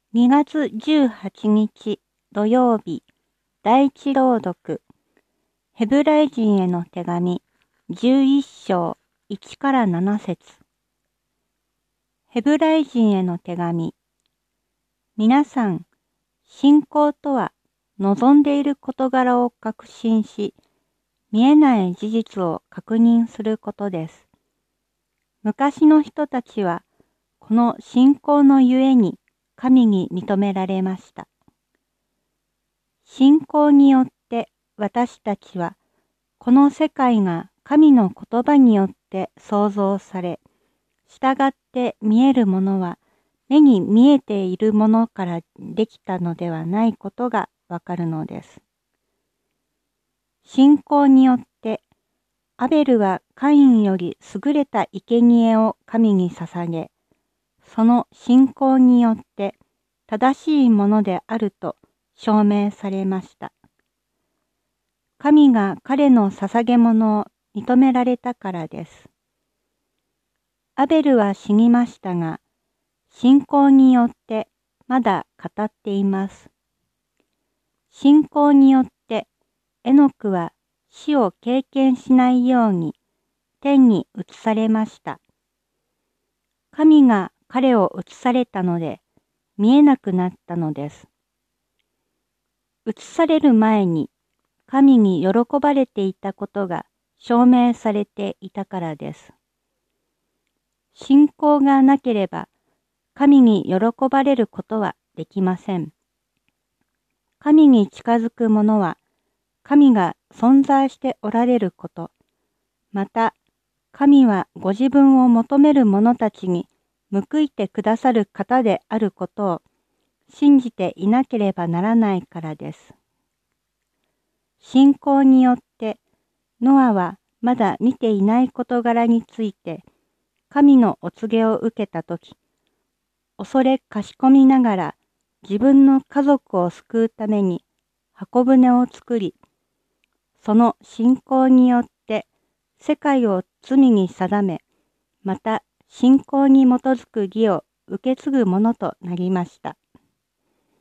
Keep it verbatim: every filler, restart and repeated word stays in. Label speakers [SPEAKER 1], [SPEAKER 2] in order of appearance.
[SPEAKER 1] にがつじゅうはちにち土曜日、第一朗読、ヘブライ人への手紙じゅういっしょういちからななせつ。ヘブライ人への手紙。皆さん、信仰とは望んでいる事柄を確信し、見えない事実を確認することです。昔の人たちは、この信仰のゆえに神に認められました。信仰によって私たちは、この世界が神の言葉によって創造され、従って見えるものは目に見えているものからできたのではないことがわかるのです。信仰によって、アベルはカインより優れた生贄を神に捧げ、その信仰によって正しいものであると証明されました。神が彼の捧げ物を認められたからです。アベルは死にましたが、信仰によってまだ語っています。信仰によってエノクは死を経験しないように天に移されました。神が彼を移されたので見えなくなったのです。移される前に神に喜ばれていたことが証明されていたからです。信仰がなければ神に喜ばれることはできません。神に近づく者は神が存在しておられること、また神はご自分を求める者たちに報いてくださる方であることを信じていなければならないからです。信仰によってノアはまだ見ていない事柄について神のお告げを受けたとき、恐れかしこみながら自分の家族を救うために箱舟を作り、その信仰によって世界を罪に定め、また信仰に基づく義を受け継ぐものとなりました。